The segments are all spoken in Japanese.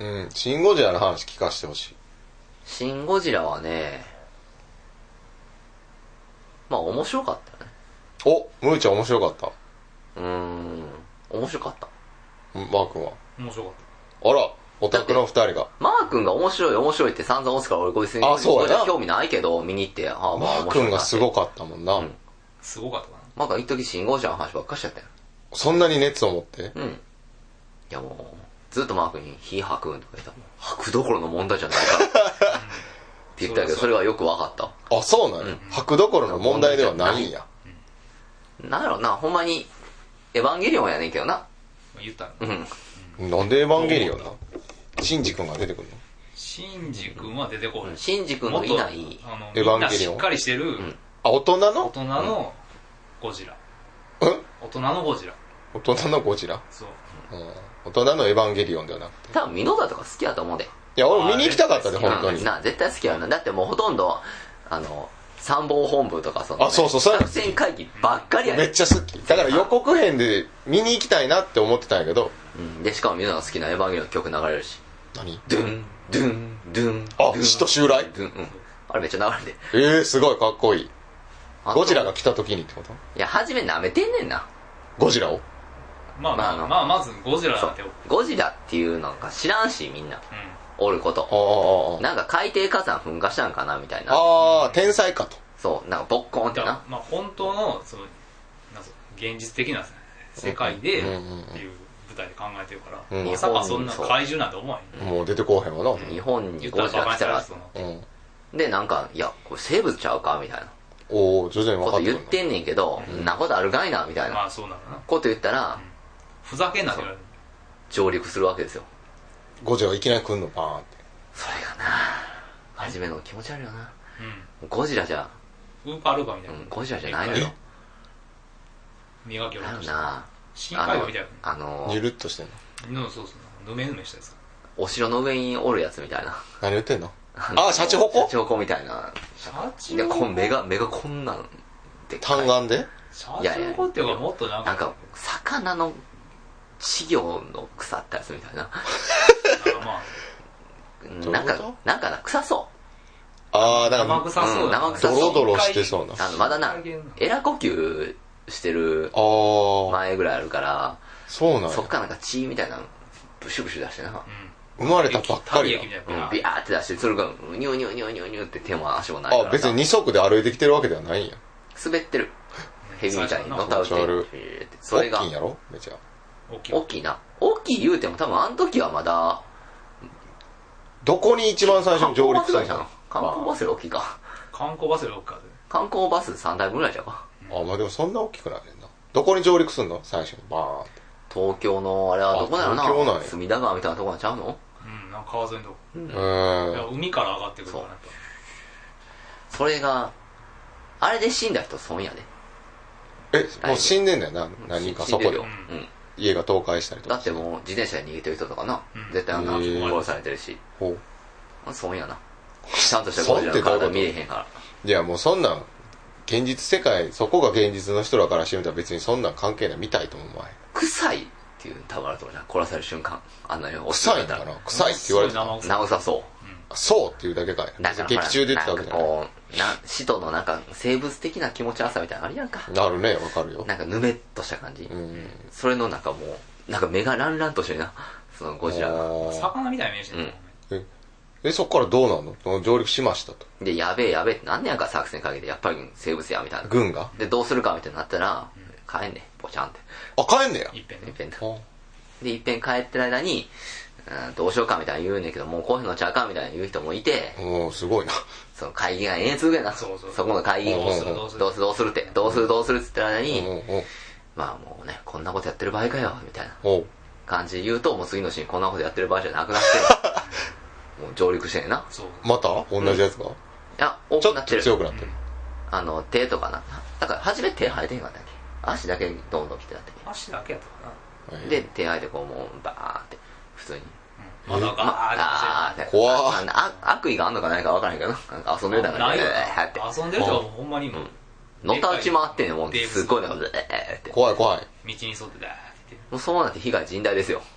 うん。シン・ゴジラの話聞かせてほしい。 シン・ゴジラはね、まあ面白かったよね。 お、ムーちゃん面白かった。 面白かった。 マー君は。 面白かっあら、オタクの二人が。 マー君が面白いって散々押すから俺こいつにそうやな興味ないけど見に行って、 マー君がすごかったもんな。 うんた。すごかったかな。 マー君一時シン・ゴジラの話ばっかしちゃったよ。 そんなに熱を持って。 うん。いやもう、ずっとマー君に火吐くんとか言ったら、吐くどころの問題じゃないから。って言ったけど、それはよく分かった。 あ、そうなの、吐くどころの問題ではないんや。 なんやろな、ほんまに、エヴァンゲリオンやねんけどな。 言ったうの。 ん。 なんでエヴァンゲリオンなシンジ君が出てくるの？ シンジ君は出てこない。 シンジ君のいない、 エヴァンゲリオンみんなしっかりしてる、 あ、大人大の人のゴジラ。 うん大人のゴジラ。 大人のゴジラ、 そう。 大人のエヴァンゲリオンではなくて。 多分ミノダとか好きやと思うで。 いや、俺見に行きたかったで、本当に。 な、絶対好きやな。だってもうほとんど、参謀本部とかその、ね、 あ、そうそう、そういうの作戦会議ばっかりやねめっちゃ好き。だから予告編で見に行きたいなって思ってたんやけど。 で、しかもミノダが好きなエヴァンゲリオンの曲流れるし。 何？ ドゥン、ドゥン、ドゥン。 あ、死と襲来？ ドゥン、あれめっちゃ流れて。 すごいかっこいい。ゴジラが来た時にってこと？ いや、初め舐めてんねんな。 ゴジラを？ まあ、まずゴジラなんてよ。 ゴジラっていうのが知らんし、みんな。おること。なんか海底火山噴火したんかなみたいな。 天才かと。 そう、なんかボッコーンってな。 まあ本当の、その、現実的な世界で、っていう舞台で考えてるから、まさかそんな怪獣なんて思わへん。 もう出てこうへんわな。 日本にゴジラ来たら、で、なんか、いや、これ生物ちゃうかみたいな。 徐々に分ことかってくる言ってんねんけど、んなことあるかいなみたいな。 まあそうなのな。 こと言ったら、 ふざけんなって言われる。 上陸するわけですよ。 ゴジラいきなり来んのバーンって。 それがな、初めの気持ち悪いよな。ゴジラじゃ、 ウーパールーパーみたいな。 ゴジラじゃないのよ。 磨きを落として。 な深海魚みたいな。 ニュルっとしてんの。 そうそう。ぬめぬめしたやつ。 お城の上におるやつみたいな。 何言ってんの？シャチホコ？ シャチホコみたいな。 シャチで、 ホコ？ 目がこんなんでかい。 単眼で？ シャチホコっていうかもっとなんか、魚の稚魚の腐ったやつみたいな。なんか臭そう。 なんか生臭そう。 生臭そう。 ドロドロしてそうな。 まだな、エラ呼吸してる前ぐらいあるから、 そうなんや。 そっからなんか血みたいなのブシュブシュ出してな。 生まれたばっかりや。 ビャーって出して、それがニューニューニューニューニューって手も足もないから。 別に二足で歩いてきてるわけではないんや。 滑ってる。ヘビみたいに乗ったうて。 それが。大きいんやろめちゃ。 大きいな。大きい言うても多分あの時はまだ、 どこに一番最初に上陸したの？ 観光バスより大きいか。 観光バスより大きいか。 観光バス3台分ぐらいじゃか。 まあでもそんな大きくないねんな。どこに上陸すんの最初にバーンって。 東京のあれはどこだろうな。 東京なんや。 隅田川みたいなとこなんちゃうの？ なんか川沿いのとこ。海から上がってくるからやっぱ。それが、あれで死んだ人損やで。 もう死んでんだよな。何人かそこで。家が倒壊したりとか。 だってもう自転車で逃げてる人とかな。絶対あんな殺されてるし。損やな。ちゃんとしたゴジラの体見れへんから。 いやもうそんなん、現実世界、そこが現実の人らからしてみたら別にそんなん関係ないみたいと思う前。 臭いっていう多分あると思うな。殺される瞬間。あんなよ。 臭いんかな？臭いって言われてた。 生臭そう。 そうっていうだけかい。劇中で言ってたわけじゃない。 使徒のなんか生物的な気持ち悪さみたいなのあるやんか。 なるね、わかるよ。 なんかぬめっとした感じ。それの中もう、なんか目がランランとしてるな。そのゴジラが。 魚みたいなイメージしてる。そっからどうなんの？上陸しましたと。 で、やべえってなんねやんか作戦かけて、やっぱり生物やみたいな。 軍が？ で、どうするかみたいになったら、帰んねポチャンって。 帰んねや。 いっぺんだ。で、いっぺん帰ってる間に、どうしようかみたいな言うねんけど、もうこういうのちゃうかみたいな言う人もいて、 すごいな。 その会議が続くな。そこの会議。どうするって。どうするって言ってる間に、まあもうね、こんなことやってる場合かよ、みたいな感じで言うと、もう次のシーンこんなことやってる場合じゃなくなって、もう上陸してんねんな。 また同じやつが？ いや、大きくなってる。 強くなってる。 手とかな。だから初め手生えてへんかったっけ？足だけどんどん来てたっけ？ 足だけやったかな。 で、手生えてこうもうバーって、普通に。 まだガーって怖っ。悪意があんのかないか分からへんけど、遊んでるだからね。遊んでる人はほんまにもう。 のたうち回ってんのもうすっごいなんか、 怖い。道に沿ってだーって。 もうそうなって被害甚大ですよ。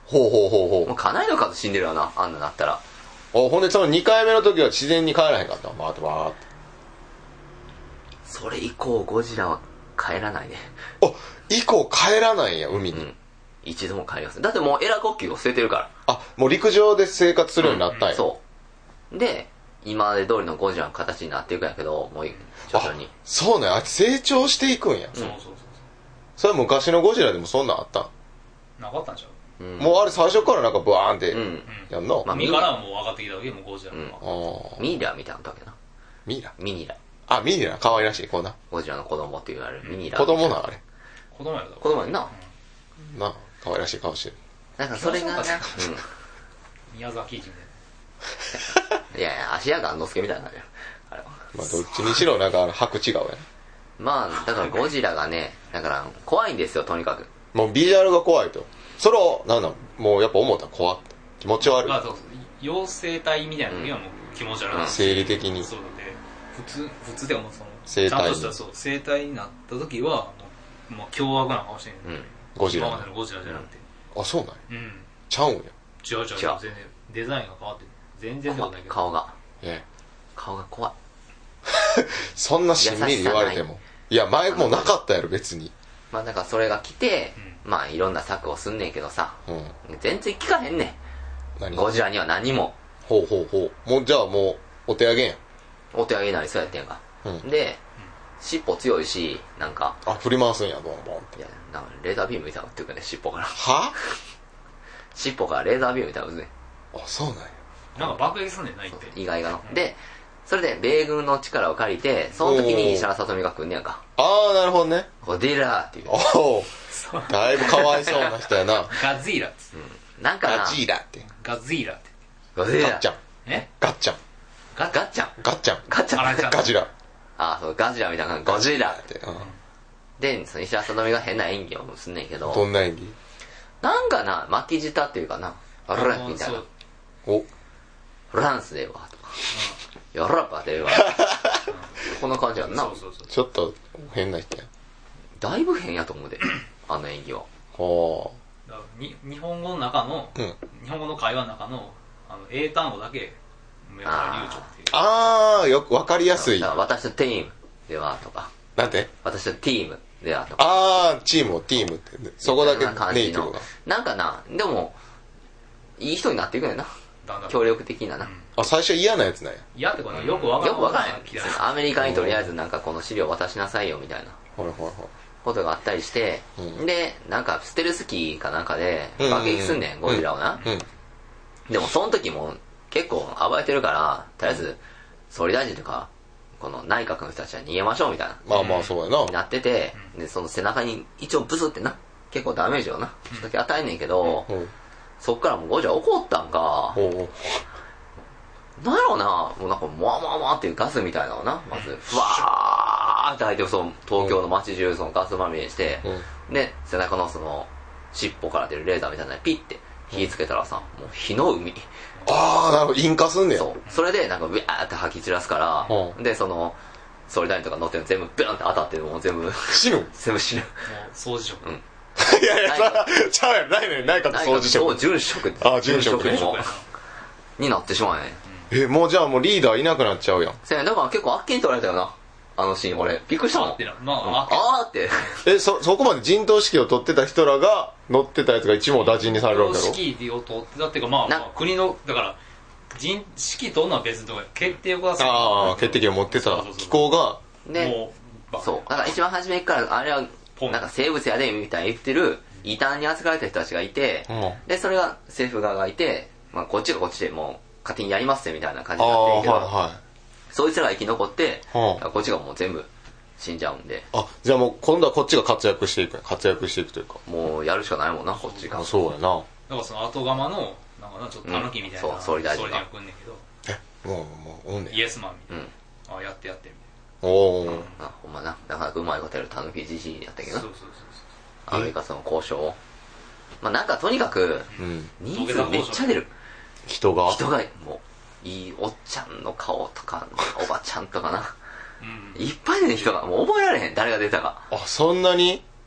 ほうほうほうほう。 もうかなりの数死んでるよな、あんななったら。 ほんでその2回目の時は自然に帰らへんかったの？バーッて。 それ以降ゴジラは帰らないね。 以降帰らないんや、海に。 一度も帰りません。だってもうエラ呼吸を捨ててるから。 もう陸上で生活するようになったんや。 そうで今まで通りのゴジラの形になっていくんやけど、もう徐々に。 そうね、あいつ成長していくんや。 そうそれは昔のゴジラでもそんなんあったん？ なかったんちゃう？ もうあれ最初からなんかブワーンってやんの？ 身からはもう分かってきたわけ、もうゴジラの。 ミイラみたいなのだっけな。 ミイラ？ ミニラ。 ミニラ、可愛らしい子な。 ゴジラの子供って言われるミニラ。 子供な、あれ。 子供やろ。 子供やんな。 なあ、可愛らしい顔してる。 なんかそれがな、 宮崎人で。いやいや、芦屋雁之助みたいなのよ。あれは。 まあどっちにしろなんか白違うやね。 まあ、だからゴジラがね、だから怖いんですよ、とにかく。 もうビジュアルが怖いと。それを、なんなんもうやっぱ思ったら怖って。気持ち悪い。 妖精体みたいな時はもう気持ち悪い。 生理的に。 そうで、普通でもその、 生体に。 ちゃんとした生体になった時は、もう凶悪な顔してんねん。 ゴジラ。 今までのゴジラじゃなくて。 そうなんや。ちゃうんや。 違う。全然。デザインが変わってる。全然ではないけど。 顔が。 顔が怖い。 そんなしんみり言われても。いや、前もなかったやろ、別に。 まあだからそれが来て、まあいろんな策をすんねんけどさ、全然聞かへんねん。ゴジラには何も。 ほう。もうじゃあもう、お手上げやん。 お手上げなりそうやってんか。で、尻尾強いし、なんか。 振り回すんや、ボンボンって。 いや、なんかレーザービームみたいなの打ってくるね、尻尾から。 は？ 尻尾からレーザービームみたいなの打つね。 そうなんや。 なんか爆撃すんねんないって。 意外がの。で、それで米軍の力を借りて、その時に石原さとみが来んねやんか。 なるほどね。 ゴジラっていう。 だいぶかわいそうな人やな。 ガズイラって。 なんかな。 ガジーラって。 ガズイラって。 ガジラ。 ガッチャン。ガッチャン。 ガッチャン。 ガッチャン。ガジラ。 そう、ガジラみたいなゴジラって。で、その石原さとみが変な演技をすんねんけど。 どんな演技？ なんかな、巻き舌っていうかな。あらみたいな。フランスではとか。ヨーロッパでは。こんな感じやんな。 ちょっと変な人や。 だいぶ変やと思うで、あの演技は。 日本語の中の、日本語の会話の中の英単語だけやっぱり流暢っていう。 よくわかりやすい。 私とチームではとか。 なんて？ 私とチームではとか。 チームをティームって。そこだけネイティブが。 なんかな、でも、いい人になっていくんやな。協力的なな。 最初嫌なやつなんや。 嫌ってことはよくわからない。 アメリカにとりあえずなんかこの資料渡しなさいよみたいなことがあったりして、で、なんかステルスキーかなんかで爆撃すんねん、ゴジラをな。でもその時も結構暴れてるから、とりあえず総理大臣とか、この内閣の人たちは逃げましょうみたいな。 まあそうやな。 なってて、で、その背中に一応ブスってな、結構ダメージをな、だけ与えんねんけど、そっからもうゴジラ怒ったんか、なんやろうな、もうなんかモワモワモワっていうガスみたいなのな、まずふわーって入ってその東京の街中そのガスまみれにして、で背中のその尻尾から出るレーザーみたいなのにピッて火つけたらさ、もう火の海。 なるほど、引火すんねや。 それでなんかウィーって吐き散らすから、でその総理大臣とか乗ってるの全部ビャンって当たってもう全部死ぬ。 全部死ぬ。 もう掃除職。 いやちゃうやん、ないねん、内閣掃除職。 準職。 準職になってしまうね。 もうじゃあもうリーダーいなくなっちゃうやん。 だから結構あっけに取られたよな、あのシーン。俺びっくりしたもん。ってそこまで陣頭指揮を取ってた人らが乗ってたやつが一網打尽にされるわけだろ。 指揮を取ってたっていうか、まあ国のだから指揮取るのは別のところ、決定を下す。 決定権を持ってた機構がもうそうだから一番初めからあれはなんか生物やでみたいに言ってる異端に扱われた人たちがいて、でそれが政府側がいて、こっちがこっちでもう勝手にやりますってみたいな感じになってるけど、そいつらが生き残って、こっちがもう全部死んじゃうんで。 じゃあもう今度はこっちが活躍していくというか、 もうやるしかないもんな、こっちが。 そうやな。 だからその後釜のなんかな、ちょっとタヌキみたいな総理大臣が来んねんけど、 もうおんねん。 イエスマンみたいな、やってみたいな。 ほんまな、なかなかうまいことやるタヌキじじいやったけどな、アメリカその交渉を。なんかとにかく人数めっちゃ出る。 人がもういいおっちゃんの顔とかおばちゃんとかな、いっぱい出る人がもう覚えられへん、誰が出たか。 そんなに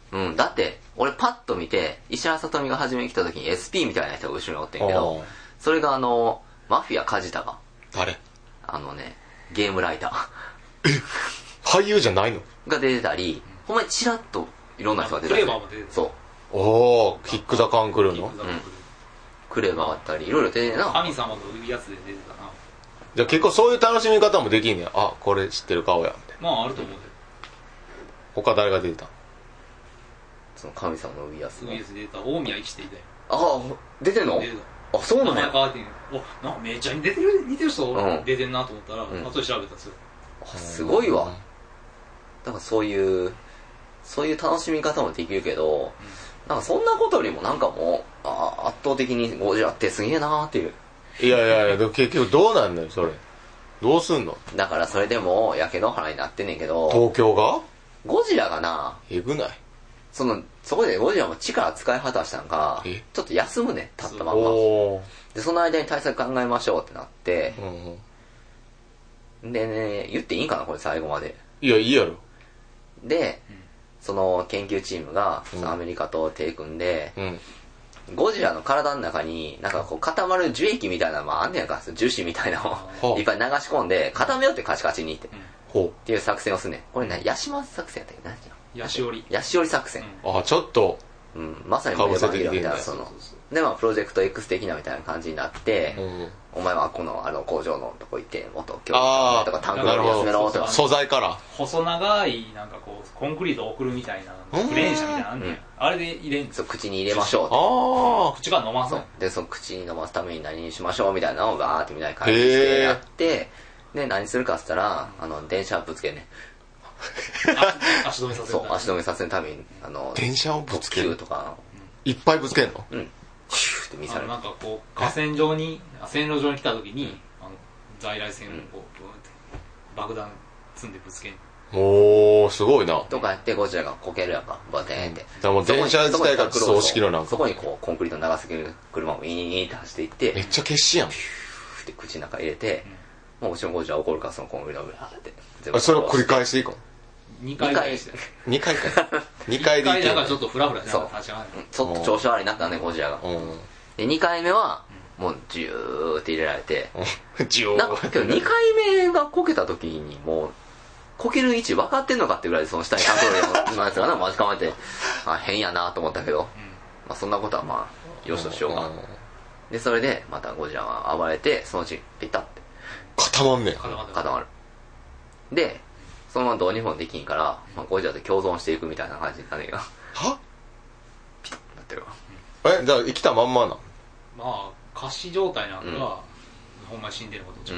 だって俺パッと見て石原さとみが初めに来た時に SP みたいな人が後ろにおってんけど、それがマフィア梶田が誰？ ゲームライター俳優じゃないのが出てたり、ほんまにチラッといろんな人が出てたり、 クレバーも出てた。 そうおお、キック・ザ・カン・クルーのクレバーあったりいろいろ出てな。 神様というやつで出てたな。 じゃあ結構そういう楽しみ方もできんねや。あ、これ知ってる顔やみたいな。 まああると思うで。 他誰が出てた？ その神様のウイヤスウイヤス出てた大宮生きていたよ。 ああ出てんの？ 出てあ、そうなた。名のや。 前変わってんの。お、なんかめっちゃ似てる人出てんなと思ったら、後で調べたんですよ。 すごいわ。だからそういう楽しみ方もできるけど、なんかそんなことよりもなんかもう圧倒的にゴジラってすげえなーっていう。 いやでも結局どうなんのよそれ。どうすんの？ だからそれでも焼け野原になってんねんけど、 東京がゴジラがな、 えぐない？ そこでゴジラも力使い果たしたんか、ちょっと休むね、立ったまんま。で、その間に対策考えましょうってなって、でね、言っていいんかなこれ最後まで。 いや、いいやろ。 で、その研究チームがアメリカと手組んで、ゴジラの体の中になんかこう固まる樹液みたいなのもあんねやんか、樹脂みたいなのをいっぱい流し込んで固めようってカチカチにってっていう作戦をすんねん。これね、ヤシマ作戦やったっけ？何ていうの？ ヤシオリ作戦。 あ、ちょっとまさにエヴァンゲリオンみたいな、でまあプロジェクト X 的なみたいな感じになって、お前はこの工場のとこ行ってもっと教育とかタンクロール休めろとか、 素材から細長いなんかこうコンクリートを送るみたいなクレーン車みたいなのあんねん。あれで入れん。 そう、口に入れましょうって。 口から飲ます。 でその口に飲ますために何にしましょうみたいなのをバーってみたいな感じしてやって、で何するかっつったら電車ぶつけんねん。 足止めさせる。 そう、足止めさせるために電車をぶつけるとかいっぱいぶつけんの？ シューって見せる。 なんかこう線路上に来た時に在来線をこうブーンって爆弾積んでぶつけん。 おー、すごいな。 とかやってゴジラがこけるやんか、バテーンって。 だからもう電車自体が自走式のなんか。 そこにこうコンクリート長すぎる車もイーンって走っていって、 めっちゃ決死やん。 ピューって口の中入れて、もうもちろんゴジラ怒るからそのコンクリートをブラーって 。それを繰り返していくの ？2回か。 2回か。2回でいける。 なんかちょっとフラフラしながら立ち上がる。 ちょっと調子悪いなったね、ゴジラが。で、2回目は、もうジューって入れられて、なんかけど2回目がこけた時にもう、こける位置分かってんのかってぐらいでその下にカントロールのやつがな、待ち構えて、変やなと思ったけど、まあそんなことはまあ、よしとしようか。で、それでまたゴジラは暴れて、そのうちピタって。 固まんねん。 固まる。で、そのままどうにもできんから、まあ、ゴジラと共存していくみたいな感じになるよ。 は？ ピタッなってるわ。 じゃあ生きたまんまな。 まあ仮死状態なんか、ほんまに死んでることちゃう。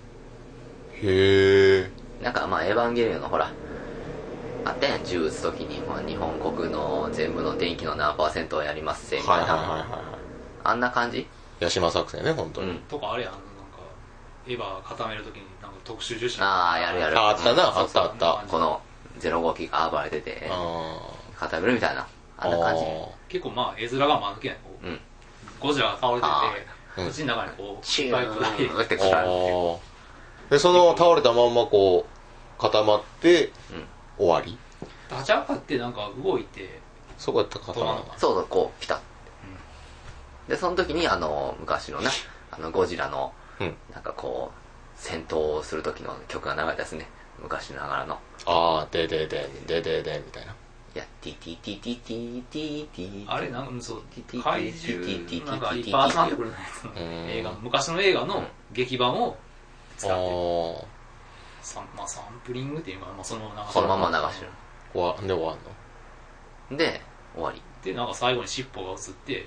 へえ。 なんかまあエヴァンゲリオンのほらあったやん、銃撃つ時に、まあ、日本国の全部の電気の何%をやりますせみたいな、あんな感じ。 ヤシマ作戦ね、本当に。 とかあれやん、なんかエヴァ固める時になんか特殊樹脂。 やるあったな、あったこの0号機が暴れてて固めるみたいな、あんな感じ。 結構まあ絵面が間抜けない、ゴジラが倒れてて口の中にこうシューってでその倒れたまんまこう固まって終わり。 立ち上がってなんか動いて、 そこやったか固まる。 そうこうピタッでその時に昔のねゴジラのなんかこう戦闘をする時の曲が流れたですね、昔ながらの。 でみたいな。 いや、ティティティティティティティ、 あれなんかそう怪獣なんかいっぱい集まってくるやつの映画、昔の映画の劇版を使ってサンプリングっていうか、まあ、そのまま流してる。 で終わんので終わりで、なんか最後に尻尾が映って、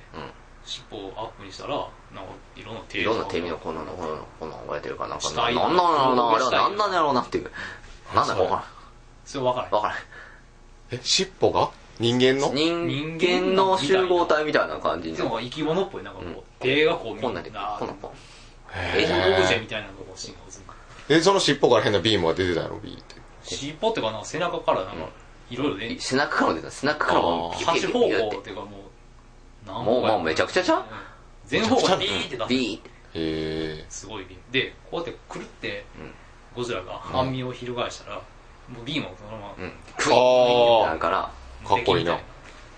尻尾をアップにしたらなんかいろんな手身のこんなの覚えてるかなんかなんなんだろうな、あれはなんなんだろうなっていう、なんだか分からん。 それ分からん。 尻尾が人間の集合体みたいな感じに。 でも生き物っぽい、なんかこう手がこうこんなでこんなオブジェみたいなのがシーンが映る。 その尻尾から変なビームが出てたの？ビーって尻尾っていうかな、背中からなんかいろいろね、 背中から出た。背中からも 8方向っていうかもうめちゃくちゃちゃう？ 全方向にビーって出す。 ビーってすごいビームで、こうやってくるってゴジラが半身を翻したらもうビームをそのままクイーンってなるから、 かっこいいな。あ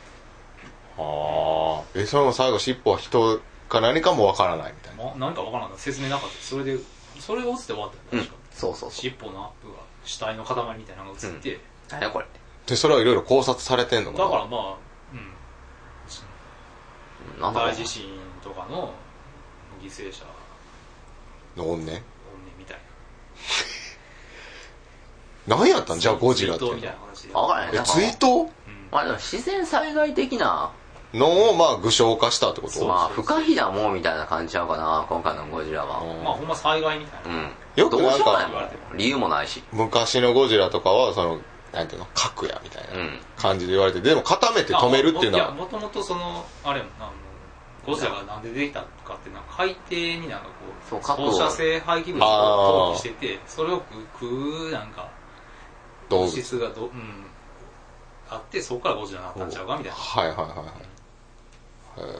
あ、それも最後尻尾は人か何かもわからないみたいな。 なんかわからない、説明なかった。それが映って終わったよね、確か。 そうそうそう。 尻尾のアップが死体の塊みたいなのが映って、 何やこれ。 でそれはいろいろ考察されてんのかな。 だからまあ、大地震とかの犠牲者の怨念みたいな。何やったんじゃあゴジラっていうの。 みたいな話で。 分からへん。 追悼まあでも自然災害的なのをまあ具象化したってこと。 まあ不可避なもんみたいな感じちゃうかな、今回のゴジラは。 まあほんま災害みたいな。 よくなんどうしようもないかもん、理由もないし。 昔のゴジラとかはそのなんていうの、核やみたいな感じで言われて、でも固めて止めるっていうのは、 いやもともとそのあれもな、ゴジラがなんで出てきたかってなんか海底になんかこう放射性廃棄物を投棄してて、それを食うなんか物質があって、そこからゴジラになったんちゃうかみたいな。 はいはいはいはい。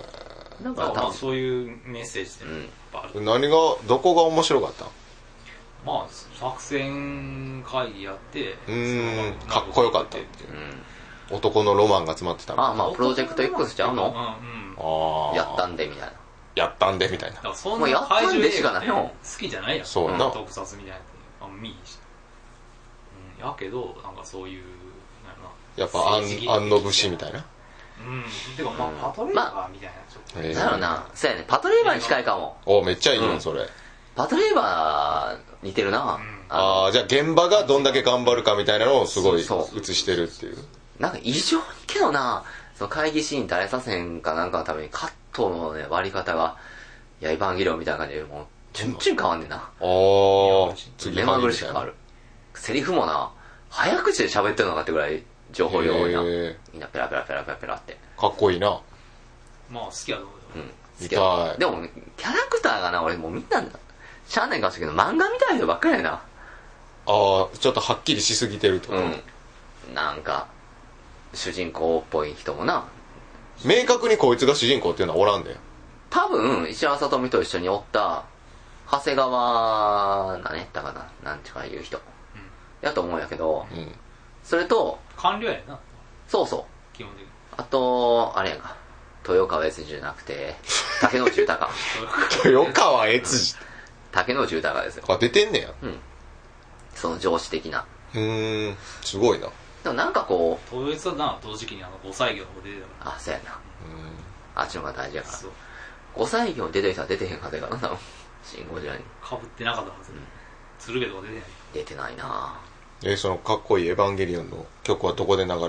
だからまあそういうメッセージである。 何がどこが面白かったん？ まあ作戦会議やってかっこよかったっていう、男のロマンが詰まってた。 まあプロジェクト X ちゃうの？やったんでみたいな。 やったんでみたいな。 そんな怪獣映画好きじゃないやん。 そうな。 特撮みたいなあんま見いし。やけどなんかそういうやっぱ安野節みたいな。 てかまあパトレーバーみたいなちょっと。 だろうな。そうやね。パトレーバーに近いかも。 おめっちゃいいよそれ。 パトレーバー似てるな。 じゃあ現場がどんだけ頑張るかみたいなのをすごい映してるっていう。 なんか異常にけどな、その会議シーン垂れさせんかなんかのためにカットのね割り方がエヴァンゲリオンみたいな感じでもう全然変わんねんな。目まぐるしく変わる。セリフもな、早口で喋ってるのかってぐらい情報量多いな。みんなペラペラペラペラペラって。 かっこいいな。 まあ好きやと思うよ。 好きや。でもキャラクターがな、俺もうみんなしゃあないかもしれんけど漫画みたいな人ばっかりやな。 ちょっとはっきりしすぎてると。 なんか主人公っぽい人もな、 明確にこいつが主人公っていうのはおらんで。 多分石原さとみと一緒におった長谷川何やったかな、なんちゅうかいう人、やと思うんやけど、それと官僚やな。 そうそう、 基本的に。 あとあれやんか、豊川悦司じゃなくて竹野内豊。 豊川悦司、 竹野内豊ですよ。 出てんねや。 その上司的な。 すごいな。 でもなんかこう統一はな、同時期に5歳業の方出てた。 そうやな。あっちの方が大事やから。5歳業出てる人は出てへんはずやからな、シン・ゴジラに。 かぶってなかったはず。鶴瓶とか出てない。 出てないな。 そのかっこいいエヴァンゲリオンの曲はどこで流れんの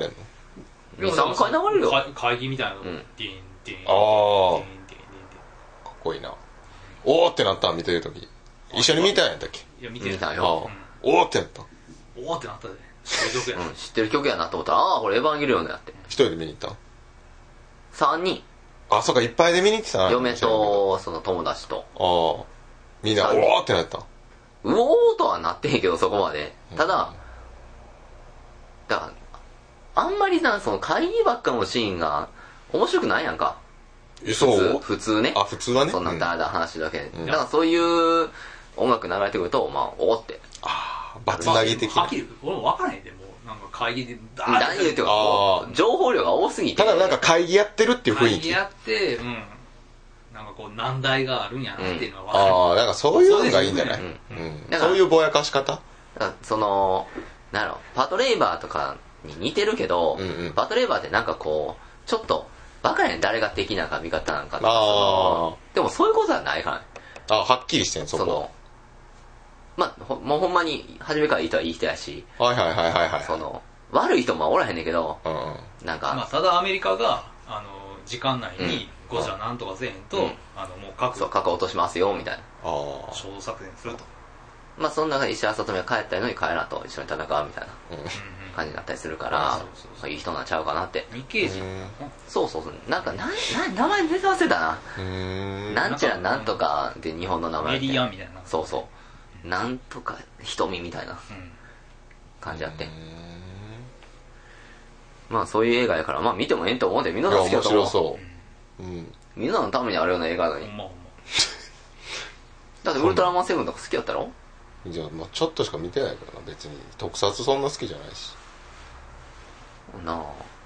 ？2、3回流れるよ。 会議みたいなの。ディンディンディンディンディン。 かっこいいな。おーってなったん見てるとき。一緒に見たんやったっけ？ いや見てたよ。 おーってなった。 おーってなったで。知ってる曲やな。 知ってる曲やなと思ったら、これエヴァンゲリオンだって。 一人で見に行ったん ？3人。 そうか、いっぱいで見に行ってたな。 嫁とその友達と。 みんなおーってなった。 うおーとはなってへんけど、そこまで。ただあんまりな、その会議ばっかのシーンが面白くないやんか。普通ね。 普通はね。 そんなだらだら話だけで。だからそういう音楽流れてくると、おーって。 バツナギ的な。 はっきり俺も分からへんで、もうなんか会議で何言うてか、情報量が多すぎて。 ただなんか会議やってるっていう雰囲気。 会議やって、なんかこう難題があるんやなっていうのは分かる。 なんかそういうのがいいんじゃない？そういうぼやかし方？ そのなんやろ、パトレイバーとかに似てるけど、パトレイバーってなんかこうちょっと分からへん、誰が敵なのか味方なのかとか、でもそういうことはないから。 はっきりしてん、そこ。 もうほんまに初めからいい人はいい人やし、その悪い人もおらへんねんけど、なんかただアメリカが時間内にゴジラなんとかせえへんと、もう核落としますよみたいな衝動作戦すると。 その中で石原さとみが帰ったのに帰らんと一緒に戦うみたいな感じになったりすするから、いい人なんちゃうかなって。 未経人。 そうなんか名前出て忘れたな。なんちゃらなんとかで日本の名前メディアみたいな。 そうなんとか瞳みたいな感じやって、そういう映画やから、見てもええと思うんで、みんなが好きだと思う。 面白そう。 みんなのためにあるような映画なのに。だってウルトラマンセブンとか好きやったろ？ じゃあちょっとしか見てないからな、別に特撮そんな好きじゃないしなあ。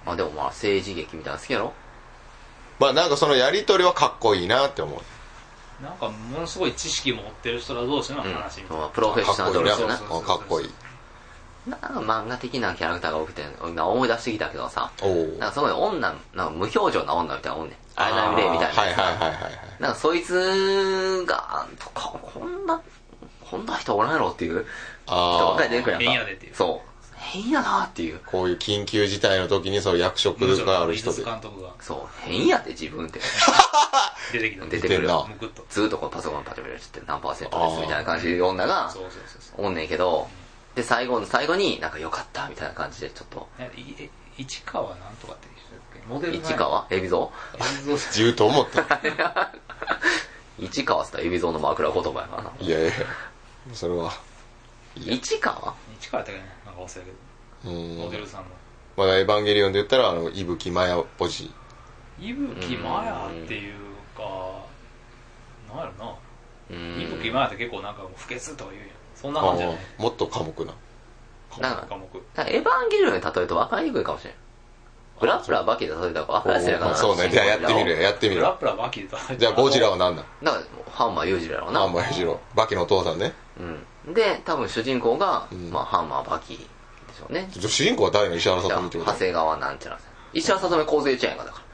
あ、でもまあ政治劇みたいなの好きやろ。 まあなんかそのやりとりはかっこいいなって思う。 なんかものすごい知識持ってる人ら同士の話みたいな、 プロフェッショナル同士な。 かっこいい。 なんか漫画的なキャラクターが多くて、今思い出してきたけどさ、なんかそこで女、なんか無表情な女みたいなおんねん。あれなみれみたいな。 はいはいはいはい。 なんかそいつが、こんな人おらんやろっていう人ばっかり出てくるやんか。 変やでっていう。 そう。変やなっていう。 こういう緊急事態の時にその役職がある人で。 監督が。 そう。変やで自分って。 出てきた。 出てくるな。 むくっと。 ずっとこうパソコンパチパチって何%ですみたいな感じで女が、おんねんけど、で、最後になんか良かったみたいな感じでちょっと。 市川なんとかって人だっけモデル市川海老蔵言うと思った。 市川っつったら海老蔵の枕言葉やからな。 いやいや、それは。 市川やったっけね、なんか忘れたけど。モデルさんの。 まだエヴァンゲリオンで言ったら、伊吹マヤポジ。 伊吹マヤっていうか、なんやろな。伊吹マヤって結構なんか不潔とか言うやん。そんな感じじゃない。 もっと寡黙な。 科目。エヴァンゲリオンに例えると分かりにくいかもしれん。グラップラーバキで例えたら分かりやすいやからな。 そうね、じゃあやってみるやってみる。 グラップラーバキで例えたら。 じゃあゴジラは何だ。 だからハンマー裕次郎やろな。 ハンマー裕次郎。バキのお父さんね。 うん。で、多分主人公が、まあハンマーバキでしょうね。 主人公は誰の石原さとみってこと。 長谷川なんちゃら。石原さとみ梢ちゃんやからだから。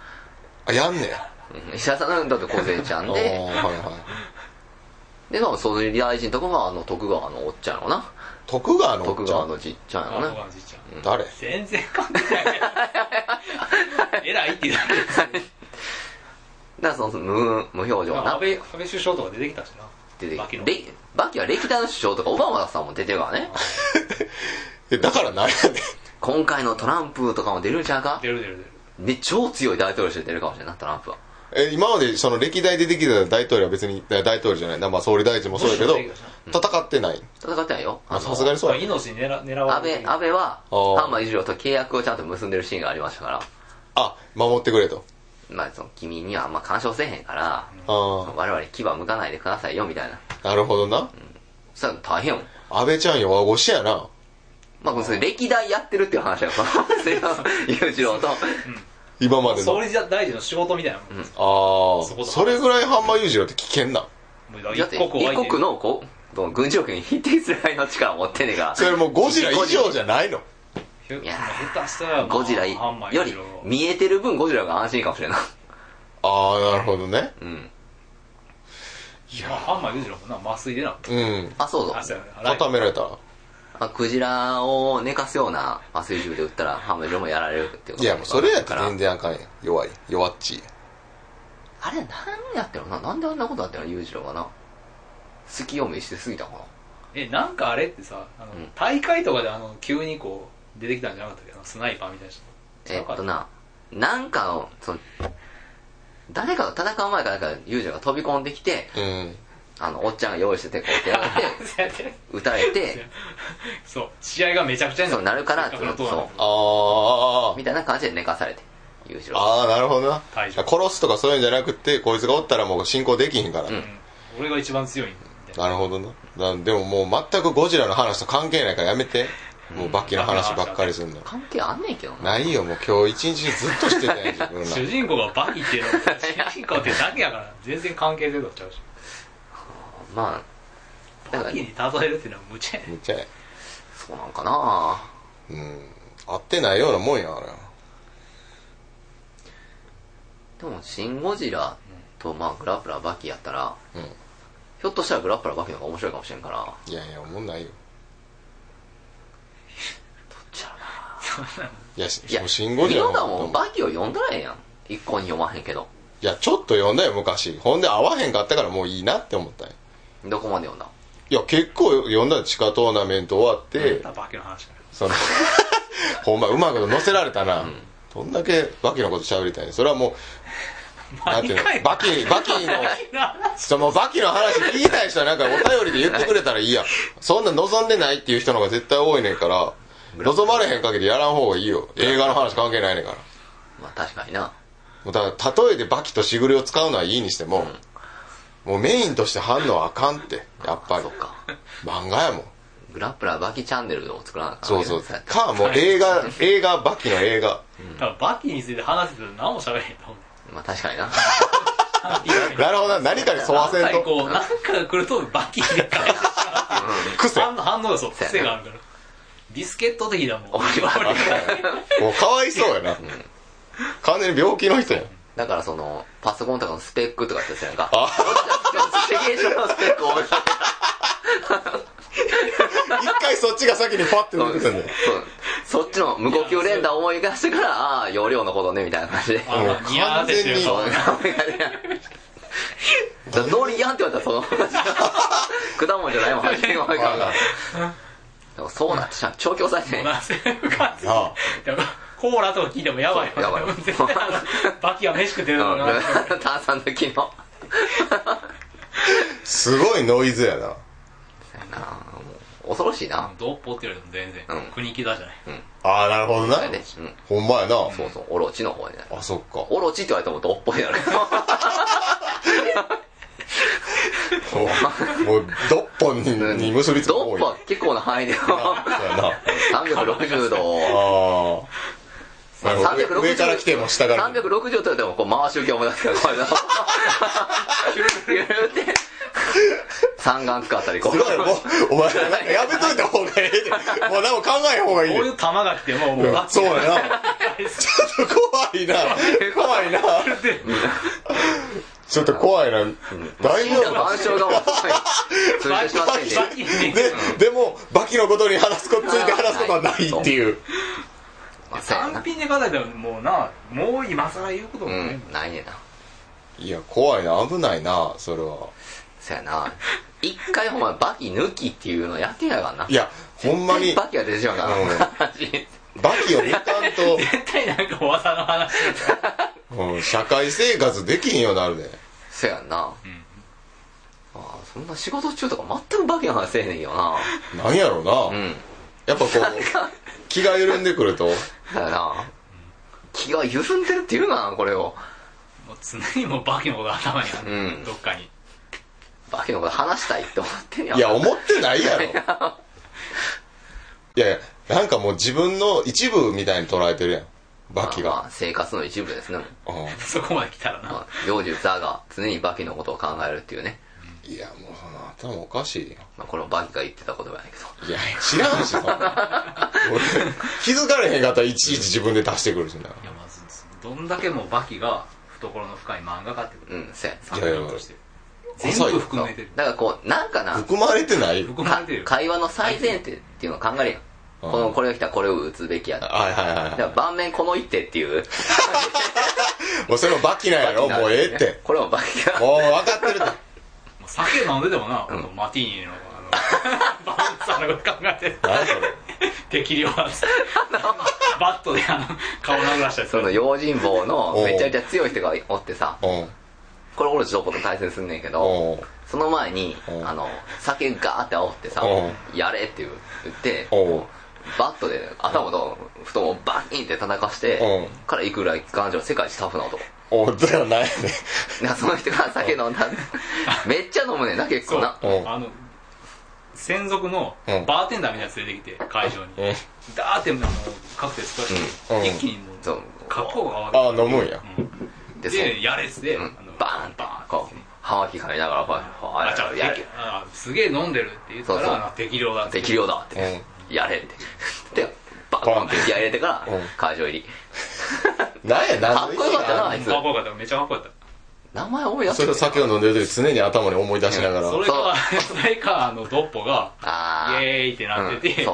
あ、やんねや。 石原さとみだって梢ちゃんで。はいはい。で、多分総理大臣とかが徳川のおっちゃんやろな。 徳川のじっちゃんやろな。 誰？ 全然関係ない。偉いって言うだけ。 だからその無表情な。 安倍首相とか出てきたしな。 バキは歴代の首相とかオバマさんも出てるからね。 だから何やねん。 今回のトランプとかも出るんちゃうか？ 出る。 で、超強い大統領として出るかもしれんな、トランプは。 今までその歴代でできた大統領は別に大統領じゃないな、まあ総理大臣もそうだけど戦ってないよ。 さすがにそうや。 命に狙われて安倍はハンマー裕次郎と契約をちゃんと結んでるシーンがありましたから。 あ、守ってくれと。 まあその君にはあんま干渉せえへんから、我々牙向かないでくださいよみたいな。 なるほどな。 それ大変よ。 安倍ちゃん弱腰やな。 まあそれ歴代やってるっていう話やから裕次郎と。 今までの総理大臣の仕事みたいな。 それぐらいハンマー裕次郎って危険な。 だって一国の軍事力に匹敵するぐらいの力を持ってねえが。 それもうゴジラ以上じゃないの。 いやゴジラより見えてる分ゴジラが安心かもしれんな。 ああ、なるほどね。 いや、ハンマー裕次郎もな麻酔でな。 あ、そうそう。 固められたら。 クジラを寝かすような麻酔銃で撃ったらハンマー裕次郎もやられるっていうこと。 いや、もうそれやったら全然あかんやん。弱っちい。 あれ何やってるの？なんであんなことあったの裕次郎がな。好き読みしてすぎたかな。 なんかあれってさ、大会とかで急にこう出てきたんじゃなかったっけど、スナイパーみたいな人。 なんか誰かと戦う前から裕次郎が飛び込んできて、おっちゃんが用意しててこうやって撃たれてそう試合がめちゃくちゃになるからそうみたいな感じで寝かされて裕次郎。 ああ、なるほどな。殺すとかそういうんじゃなくて、こいつがおったらもう進行できひんから。 俺が一番強いんだ。なるほどな。でももう全くゴジラの話と関係ないからやめて。もうバキの話ばっかりするの。 関係あんねんけどな。ないよ、もう今日一日中ずっとしてたやん、自分ら。 主人公がバキっていうの主人公ってだけやから全然関係性とちゃうし。 まあバキに例えるっていうのは無茶や。 無茶や。 そうなんかな。 合ってないようなもんや、あれ。 でもシン・ゴジラとまあグラップラーバキやったら、ひょっとしたらグラップラーバキの方が面白いかもしれんから。 いやいや、思んないよ。 どっちやろな。 いや、シン・ゴジラのもバキを読んだらええやん。一向に読まへんけど。 いや、ちょっと読んだよ、昔。ほんで合わへんかったからもういいなって思ったんや。 どこまで読んだ？ いや、結構読んだ。地下トーナメント終わって、 バキの話ほんまうまく載せられたな。どんだけバキのこと喋りたいね。それはもう、なんていうの、バキの話聞きたい人はなんかお便りで言ってくれたらいいやん。そんな望んでないっていう人の方が絶対多いねんから、望まれへん限りやらん方がいいよ。映画の話関係ないねんから。 まあ確かにな。 だから例えでバキとしぐれを使うのはいいにしても、もうメインとして反応あかんって、やっぱり。漫画やもん。 グラップラーバキチャンネルを作らなかった。 そうそうかもう映画バキの映画、 だからバキについて話してたら何も喋れへんと思う。 まあ確かにな。 なるほどな、何かに沿わせんとこう何かが来るとバキで返してしまうっていう癖反応がそう癖があるからビスケット的だもん。もうかわいそうやな、完全に病気の人やん。 だからそのパソコンとかのスペックとかってやつやんか、スペキエーションのスペックを覚えて一回そっちが先にパッて出てくるんだよ。 そっちの無呼吸連打を思い出してから、ああ容量のことねみたいな感じで、 完全にノリやんって言われたらその果物じゃないもん初めが分かるからでもそうなってしまう、調教されてねコーラとか聞いてもやばいよ。絶対バキは飯食ってるのかな。 炭酸抜きのすごいノイズやな。 恐ろしいな。 ドッポって言われても全然国木だじゃない。 ああなるほどな。ほんまやな。 そうそう、オロチの方やね。 あそっか。 オロチって言われてもドッポになる。 もうドッポに結びつくドッポは結構な範囲で360度を上から来ても下から 360度と言ってもこう回し受け思い出すからこれだキュルって三眼区あたりこうすごいもうお前なんかやめといた方がええでもう何も考えん方がいいでこういう玉が来てもうそうやなちょっと怖いなちょっと怖いな、大丈夫暗証がもう通じてしまってんででもバキのことについて話すことはないっていう単品で考えたらもう今更言うこともないねんな。 いや怖いな、危ないなそれは。 そやな、一回ほんまバキ抜きっていうのやってみないからな。 いやほんまにバキが出てしまうから、 バキを抜かんと絶対なんか技の話社会生活できひんようになるで。 そやんな、そんな仕事中とか全くバキの話せえへんよな。 なんやろうな、やっぱこう気が緩んでくるとだな、気が緩んでるっていうな、これをもう常にもうバキのこと頭にある、どっかにバキのこと話したいって思ってんや。 いや思ってないやろいやなんかもう自分の一部みたいに捉えてるやんバキが、 生活の一部ですね。 そこまで来たらな、 幼児ザが常にバキのことを考えるっていうね。 いやもうその頭おかしいよ。 これもバキが言ってた言葉やねんけど。 いや知らんしそんな気づかれへんかったらいちいち自分で出してくるしな。いやまずどんだけもうバキが懐の深い漫画家ってこと、 そうや作品として全部含めてる。 だからこうなんかな含まれてない会話の最前提っていうのを考えるやん。これが来たらこれを打つべきや。 はいはいはい。 だから盤面この一手っていうもうそれもバキなんやろ、もうええって。 これもバキがもう分かってるって。 酒飲んでてもな、マティーニのバウンサーのこと考えて何それ適量はバットで顔殴らしたりする。 その用心棒のめちゃめちゃ強い人がおってさ、これ俺ちょっと対戦すんねんけど、その前に酒ガーって煽ってさ、やれって言ってバットで頭と太ももをバキンって叩かしてからいくら感情世界一タフな男。 だよないね。 その人が酒飲んだめっちゃ飲むねんな結構な。 専属のバーテンダーみたいなやつ連れてきて会場にダーってカクテル作らせて一気にもう格好が変わる。ああ飲むんや。 でやれっつってバーンバーンこう葉巻かみながらやれすげえ飲んでるって言ったら適量だって適量だってやれってでバーンって気合入れてから会場入り。 何やかっこよかったなあいつ。 かっこよかった、めっちゃかっこよかった。 名前思い出す。 それ酒を飲んでる時常に頭に思い出しながら、 それかドッポがイエーイってなってて、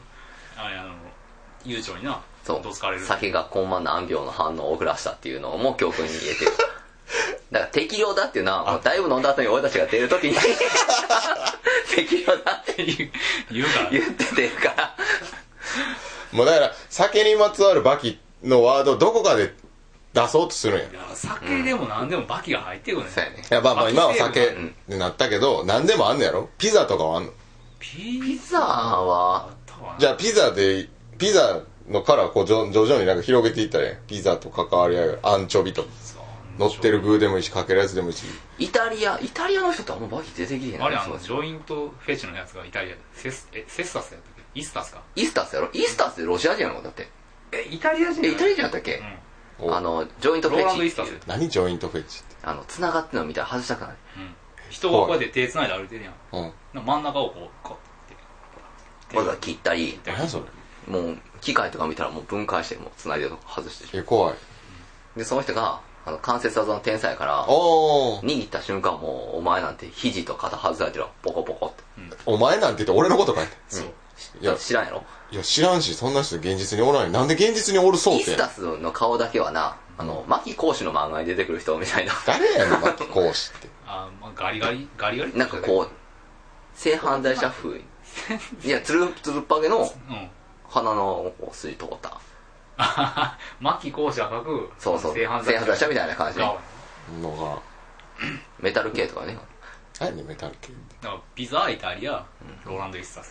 悠長になどつかれる。 酒がコンマ何秒の反応を遅らしたっていうのも教訓に言えてる。だから適量だっていうのはだいぶ飲んだ後に俺たちが出る時に適量だって言っててるからもうだから酒にまつわるバキのワードどこかで出そうとするんや。 酒でも何でもバキが入ってくるね。 いやまあ今は酒になったけど何でもあんのやろ。ピザとかはあんの？ ピザはじゃあピザのからこう徐々になんか広げていったらピザと関わり合うアンチョビとか乗ってる具でもいいしかけるやつでもいいし。 イタリアの人ってあんまバキ出てきてへん。 あれジョイントフェチのやつがイタリアでセッサスやったっけ？イスタスか。 イスタスやろ？イスタスってロシア人やろだって。 イタリア人やったっけ？ジョイントフェチっていう。 何ジョイントフェチって？ 繋がってるの見たら外したくない。 人がこうやって手繋いで歩いてるやん。真ん中をこうこれが切ったり。 何それ？ もう機械とか見たらもう分解してもう繋いでるの外して。 怖い。 でその人が関節技の天才やから握った瞬間もうお前なんて肘と肩外されてるわポコポコって、 お前なんて言って俺のことかい。 そう、いや知らんやろ。 いや知らんし、そんな人現実におらん。なんで現実におるそうって。 イスタスの顔だけはな牧講師の漫画に出てくる人みたいな。 誰やねん牧講師って。 ガリガリなんかこう性犯罪者風いやつるっぱげの鼻の筋通った牧講師が書く性犯罪者みたいな感じのがメタル系とかね。 何ねメタル系だからピザイタリアローランド・イスタス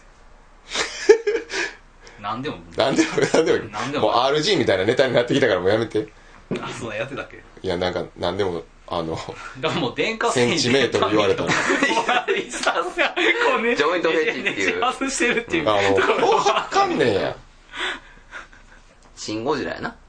何でももう RG みたいなネタになってきたからもうやめて。 そうやってたっけ。 いやなんか何でもだからもう電化センチメートル言われたらイスタスがこうねジョイントフェチっていう外してるっていうわかんねえや。 シン・ゴジラやな。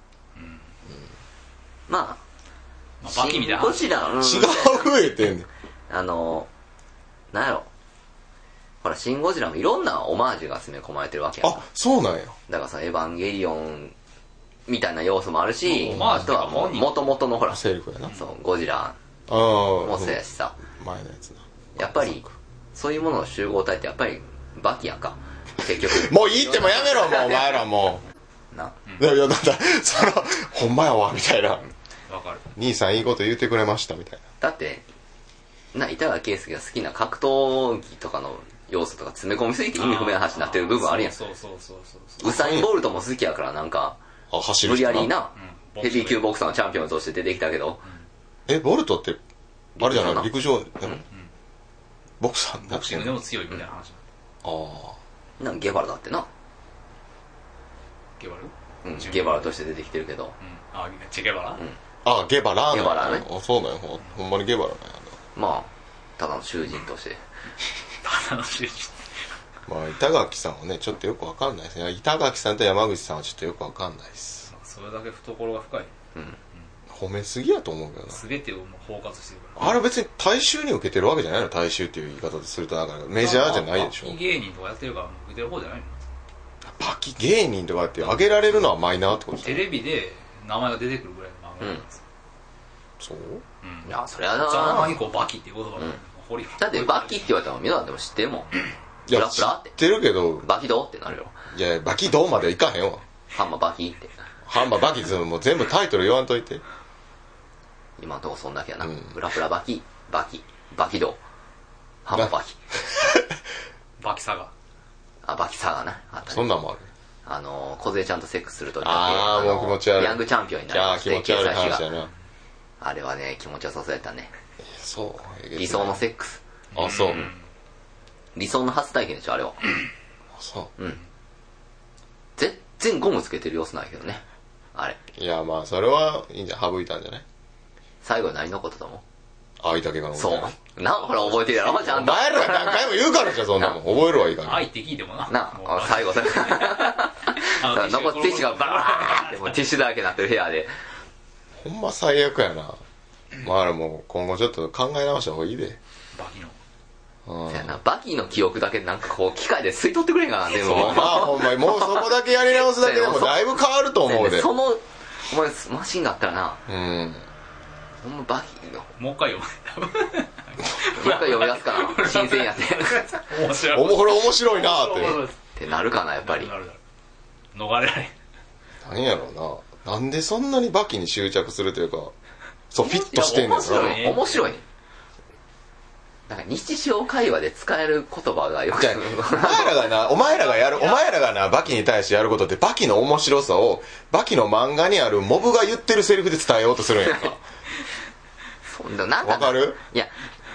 まあバキみたいなゴジラ違う増えてんねん。 なんやろ、ほらシン・ゴジラもいろんなオマージュが詰め込まれてるわけやん。 そうなんや。 だからさエヴァンゲリオンみたいな要素もあるし、 あとはもともとのほらセリフやな。 そうゴジラもそうやしさ、 前のやつな。 やっぱりそういうものの集合体ってやっぱりバキやんか結局。 もういいってもやめろもうお前らもな。 いやなんだほんまやわみたいな。 わかる。 兄さんいいこと言ってくれましたみたいな。だって板垣圭介が好きな格闘技とかの要素とか詰め込みすぎて意味不明な話になってる部分あるやん。ウサイン・ボルトも好きやからなんか無理やりなヘビー級ボクサーのチャンピオンとして出てきたけど、 ボルトってあれじゃない陸上でもボクサーボクシングでも強いみたいな話。 なんかゲバラだってな。 ゲバラ？ ゲバラとして出てきてるけど。 チェゲバラ？ ゲバラゲバラね。 そうなんや。ほんまにゲバラなんや。 まあただの囚人として。 ただの囚人。 まあ板垣さんはねちょっとよくわかんないですね。板垣さんと山口さんはちょっとよくわかんないです。 それだけ懐が深い。 褒めすぎやと思うけどな。 全てを包括してるから。 あれ別に大衆に受けてるわけじゃないの。大衆っていう言い方でするとだからメジャーじゃないでしょ。 バキ芸人とかやってるから受けてる方じゃないの。 バキ芸人とかって挙げられるのはマイナーってこと。 テレビで名前が出てくるぐらいの漫画なんです。 そう？ いやそれはな。 ざまにこうバキっていう言葉が掘り。 だってバキって言われたらみんなでも知ってるもん。 いや知ってるけど。 バキどうってなるよ。 いやバキどうまではいかへんわ。 ハンマーバキって。 ハンマーバキってもう全部タイトル言わんといて。 今のとこそんだけやな。ブラブラバキバキどうハンマーバキバキサガ。 バキサガな。 そんなんもある。 小勢ちゃんとセックスするともう気持ち悪い。 ヤングチャンピオンになりまして、 気持ち悪い話やな。 あれはね気持ちよさそうやったね。 そう。 理想のセックス。 そう。 理想の初体験でしょあれは。 そう。 全然ゴムつけてる様子ないけどねあれ。 いやまあそれはいいんじゃ省いたんじゃない。 最後に何残ったと思う。 愛だけが残った。 そうほら覚えてるやろちゃんと。 お前ら何回も言うからじゃそんなもん覚えるわいいから。 愛って聞いてもな最後残ってティッシュがバーってもうティッシュだらけになってる部屋でほんま最悪やな。まあもう今後ちょっと考え直した方がいいで。 バキのそうやな、バキの記憶だけなんかこう機械で吸い取ってくれんかな。でもまあほんまにもうそこだけやり直すだけでもだいぶ変わると思うで。 そのお前マシンがあったらな、ほんまバキのもう一回読み出すかな。新鮮やって面白いなってなるかな。やっぱり逃れられん。 何やろうな。なんでそんなにバキに執着するというかそうフィットしてんねん。 面白いね。なんか日常会話で使える言葉がよくお前らがなバキに対してやることってバキの面白さをバキの漫画にあるモブが言ってるセリフで伝えようとするんやんか。わかる？ いや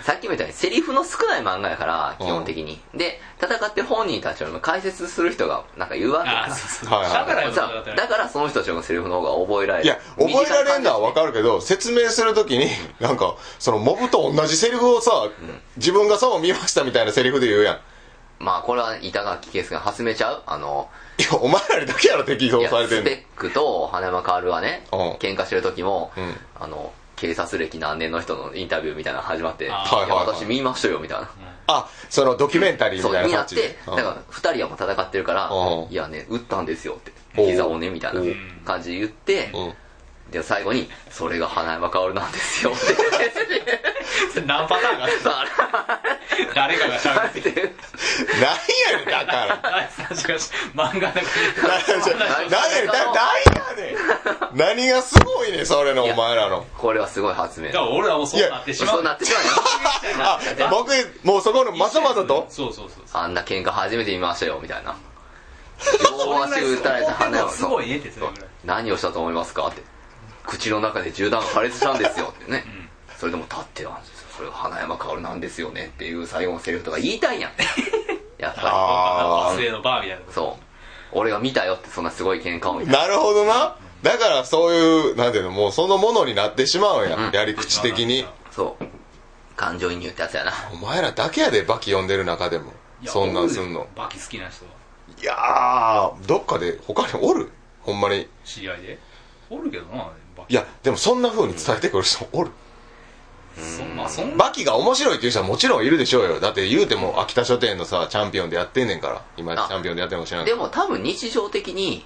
さっきも言ったようにセリフの少ない漫画やから基本的に、で戦って本人たちの解説する人がなんか言うわけやからだからその人たちのセリフの方が覚えられる。 いや覚えられるのは分かるけど、説明するときになんかそのモブと同じセリフをさ、自分がさも見ましたみたいなセリフで言うやん。 まあこれは板垣圭介が始めちゃういやお前らだけやろ適当されてんの。 スペックと花山薫はね、喧嘩してる時も、警察歴何年の人のインタビューみたいなの始まって、私見ましたよみたいな、 あ、そのドキュメンタリーみたいな感じで、 だから2人はもう戦ってるから、いやね打ったんですよって膝をねみたいな感じで言って、で最後にそれが花山薫なんですよって何パターンが誰かが喋ってる何やねんだから漫画だから何やねん何がすごいねそれのお前らの。 これはすごい発明だから俺らもそうなってしまう。 そうなってしまうあ、僕もうそこのまざまざとそうあんな喧嘩初めて見ましたよみたいな両足打たれた花山すごいねってそれぐらい何をしたと思いますかって口の中で銃弾が破裂したんですよってね、それでも立ってたんですよ。それが花山薫なんですよねっていう最後のセリフとか言いたいやんやっぱりのバーみたいな。 そう俺が見たよってそんなすごい喧嘩を見た。 なるほどな。だからそういうなんていうのもうそのものになってしまうんや、やり口的に。 そう感情移入ってやつやな。 お前らだけやでバキ読んでる中でもそんなんすんの。 バキ好きな人は。 いやーどっかで他におるほんまに知り合いでおるけどな。 いやでもそんな風に伝えてくる人おる。バキが面白いっていう人はもちろんいるでしょうよ。だって言うても秋田書店のさチャンピオンでやってんねんから。今チャンピオンでやってるのか知らない。 でも多分日常的に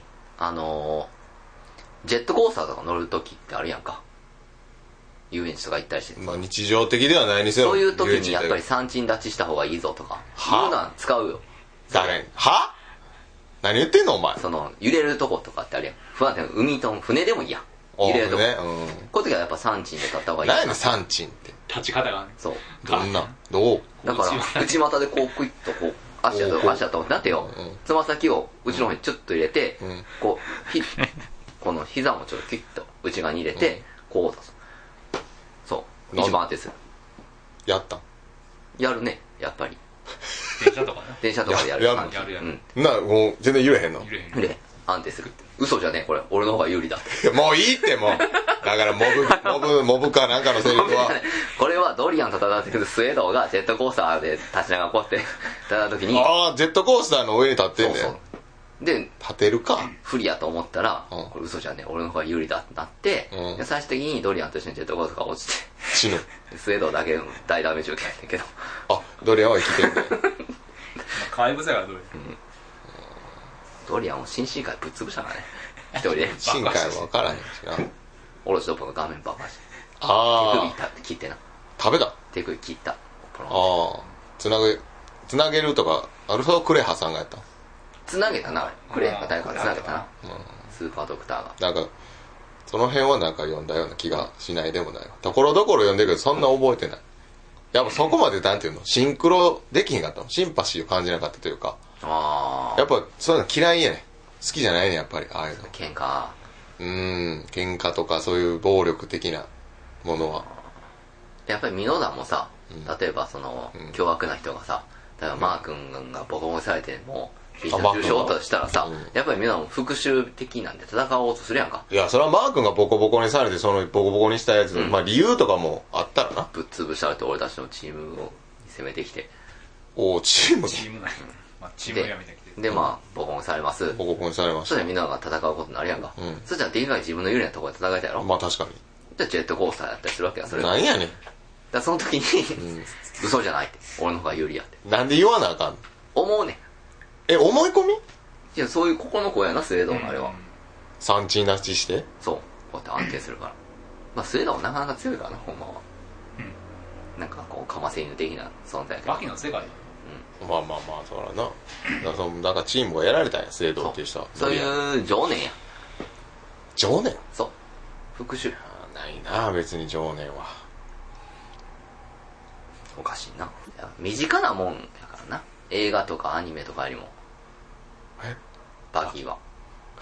ジェットコースターとか乗る時ってあるやんか。遊園地とか行ったりして、 まあ日常的ではないにせよそういう時にやっぱり三鎮立ちした方がいいぞとかいうのは使うよ。 誰は何言ってんのお前。 その揺れるとことかってあるやん。不安定な海と船でもいいやん。揺れるとこ、こういう時はやっぱ三鎮で立った方がいい。 何やねん三鎮って立ち方がね。 そうどんなどうだから内股でこうクイッとこう足だとなんてよ、つま先を内の方にチュッと入れて、こうこの膝もちょっとキュッと内側に入れて、こう出す。そう一番安定する。 やったやるねやっぱり。電車とかでやる。 なもう全然揺れへんの。 揺れ安定するって。嘘じゃねえこれ俺の方が有利だって。 もういいってもうだからモブかなんかのセリフはこれはドリアンと戦ってくるスウェードがジェットコースターで立ちながらこうやって戦った時に、 ああジェットコースターの上に立ってんねん。そうで立てるか不利やと思ったら、これ嘘じゃねえ俺の方が有利だってなって、で最終的にドリアンと一緒にジェットコースターが落ちて死ぬ。 スウェードだけ大ダメージ受けてんけど、 あドリアンは生きてんねん怪物やからドリアン、 ドリアンを新深海ぶっ潰したからね一人で。 深海は分からへんしな。 オロチドッポの画面爆破して、 あ手首切ってな。 食べた手首切った。 ああつなげるとかあるほどクレハさんがやった。 つなげたなクレハが誰かつなげたな、スーパードクターが。 なんかその辺はなんか読んだような気がしないでもないわ。ところどころ読んでるけどそんな覚えてない。やっぱそこまでなんていうのシンクロできひんかったの。シンパシーを感じなかったというか、やっぱそういうの嫌いやねん。好きじゃないねんやっぱりああいうの。 喧嘩喧嘩とかそういう暴力的なものはやっぱり箕田もさ、例えばその凶悪な人がさ、例えばマー君がボコボコにされても重傷としたらさ、やっぱり箕田も復讐的なんで戦おうとするやんか。 いやそれはマー君がボコボコにされてそのボコボコにしたやつの、まあ理由とかもあったらな。 ぶっ潰したらって俺たちのチームを攻めてきて、 おおチームなんまあチームやみたいな。 でまあボコボコにされます。 ボコボコにされました。 それでみんなが戦うことになるやんか、そしたらできるだけ自分の有利なところで戦いたいやろ。 まあ確かに。 じゃあジェットコースターやったりするわけや。それなんやねん。 だその時に、嘘じゃないって俺の方が有利やってなんで言わなあかんの。 思うねん。思い込み。 いやそういうここの子やなスウェードのあれは、 産地立ちしてそうこうやって安定するから。まあスウェードもなかなか強いからなほんまは、なんかこうかませ犬的な存在やけどバキの世界。 まあまあまあそうだな。だからなんかチームがやられたんやスウェードっていう人は。 そういう情念や。 情念。 そう復讐ないな別に情念は。 おかしいな。身近なもんやからな映画とかアニメとかよりもバキは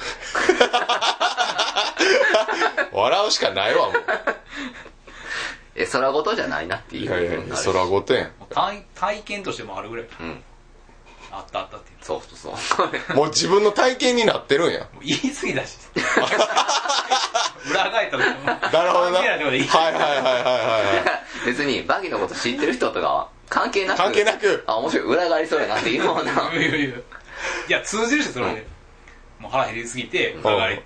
笑うしかないわもう空ごとじゃないなっていう。 いやいや空ごとやん。 体験としてもあるぐらい。あったっていう。 そうもう自分の体験になってるんや。 言い過ぎだし。裏返った時も。 なるほどな。はい別にバギのこと知ってる人とかは関係なく。面白い、裏返りそうやなっていうような。 いや、通じるし、それで。もう腹減りすぎて、裏返った。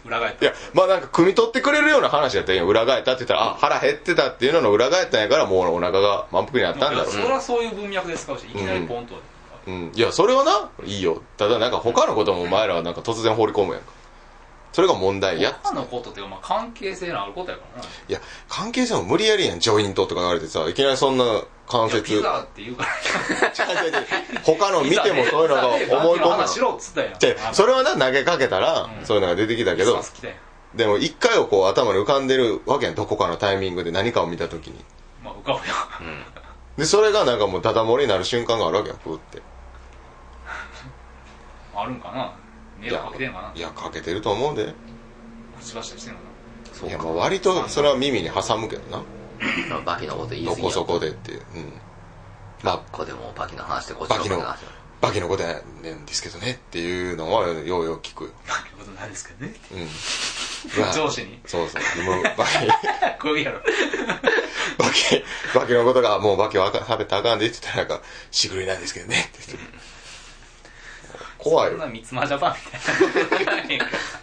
いや、まあなんか、汲み取ってくれるような話やったらいいよ。裏返ったって言ったら、腹減ってたっていうのの裏返ったんやから、もうお腹が満腹になったんだろう。 それはそういう文脈で使うし、いきなりポンと。 いや、それはな、いいよ。ただなんか他のこともお前らはなんか突然放り込むやんか。それが問題や。 他のことっていうか、まあ関係性のあることやからな。 いや、関係性も無理やりやん、ジョイントとか言われてさ、いきなりそんな関節。 ピザって言うから。 他の見てもそういうのが思い込む。 しろっつったやん。 それはな、投げかけたら、そういうのが出てきたけど、でも一回をこう頭に浮かんでるわけやん、どこかのタイミングで何かを見たときに。 まあ浮かぶよ。 で、それがなんかもうダダ漏れになる瞬間があるわけやん、ふーって。 あるんかな、迷惑かけてんかな。 いや、かけてると思うで。 しばししてんのかな。いや、まあ割とそれは耳に挟むけどな。 バキのこと言い過ぎどこそこでっていう。 まあ、ここでもバキの話でこっちの話。 バキのことやねんですけどねっていうのはよう聞くよ。 バキのことなんですけどね。 上司に。 そう。 こういうやろ。 バキのことがもうバキを食べたらあかんでって言ったらなんか、しぐるいなんですけどねって言って。怖いよ。 そんな三つ間ジャパンみたいな。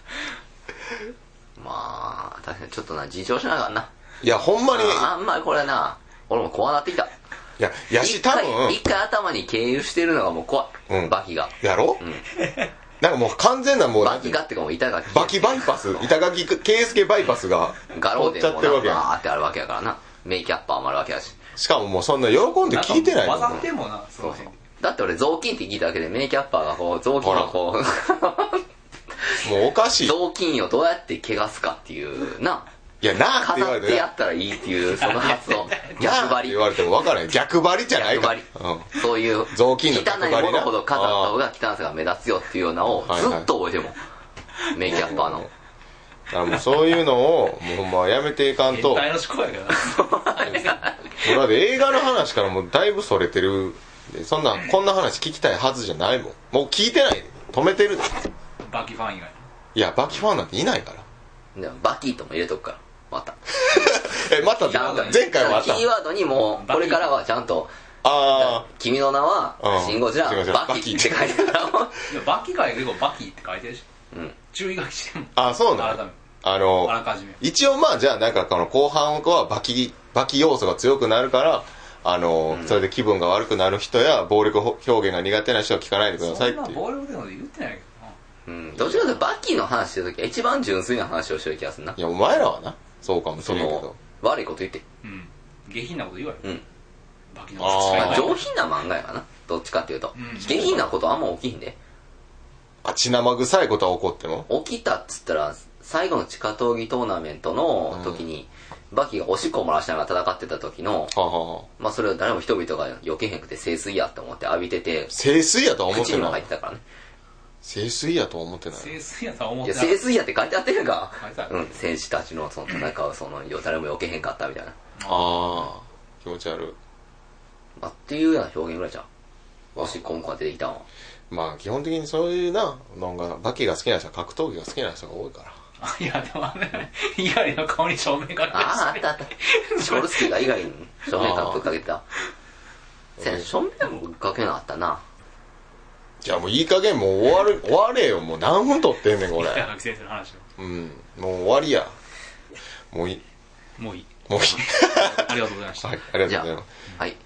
まあ、確かにちょっとな、自重しながらな。 いや、ほんまに。 あんまりこれな、俺も怖なってきた。 いや、多分。 一回頭に経由してるのがもう怖い。バキが。 やろなんかもう完全なもう。 バキがってかもう板垣。 バキバイパス、板垣圭介バイパスが。 ガローでもうバーってあるわけやからな。メイキャッパーもあるわけやし。 しかももうそんな喜んで聞いてない混ざってもな、そう。 だって俺雑巾って聞いただけでメイキャッパーがこう、雑巾をこう。 もうおかしい。 雑巾をどうやって汚すかっていうな。 いや、なって言われて。 飾ってやったらいいっていう、その発想。逆張り。 言われても分からない。逆張りじゃないか。 そういう、 雑巾の汚いものほど飾った方が汚さが目立つよっていうのをずっと覚えても。メイキャッパーの。 だからもうそういうのを、もうほんまやめていかんと。 変態の思考やけどな。 だって映画の話からもうだいぶそれてる。こんな話聞きたいはずじゃないもん。もう聞いてない。止めてる。 バキファン以外。 いや、バキファンなんていないから。 でもバキとも入れとくから。また。 また前回はあった。 キーワードにもこれからはちゃんと、君の名は、シンゴジラ、バキって書いてるから。 バキが結構バキって書いてるし。注意書きしても。 そうなの。あらかじめ。一応まあじゃあなんかこの後半はバキ要素が強くなるから、それで気分が悪くなる人や暴力表現が苦手な人は聞かないでくださいっていう。 そんな暴力でも言ってないけどな。どちらかというとバキの話してるときは一番純粋な話をしてる気がするな。 いや、お前らはな。そうかもしれんけど。 悪いこと言って。 下品なこと言われる。バキの上品な漫画やかな。どっちかっていうと。下品なことあんま起きひんで。 血生臭いことは起こっても起きたっつったら、最後の地下闘技トーナメントの時に、バキがおしっこを漏らしながら戦ってた時の、まあそれを誰も人々が避けへんくて聖水やと思って浴びてて、 聖水やとは思ってない。 口に入ってたからね。 聖水やとは思ってない。 聖水やとは思ってない。 いや、聖水やって書いてあってるんか。戦士たちのその戦う、誰も避けへんかったみたいな。 気持ち悪い。 まあっていうような表現ぐらいじゃん。おしっこうんこが出てきたのは。 まあ基本的にそういうなのが、バキが好きな人は格闘技が好きな人が多いから。 いや、でもイガリの顔に正面かけてた。 あった。ショルスキーがイガリに正面かけてた。正面かけなかったな。 じゃあもういい加減もう終われよ。もう何分撮ってんねんこれ。 北垣先生の話を。 もう終わりや。もういい。 もういい。 ありがとうございました。 はい、ありがとうございます。 はい。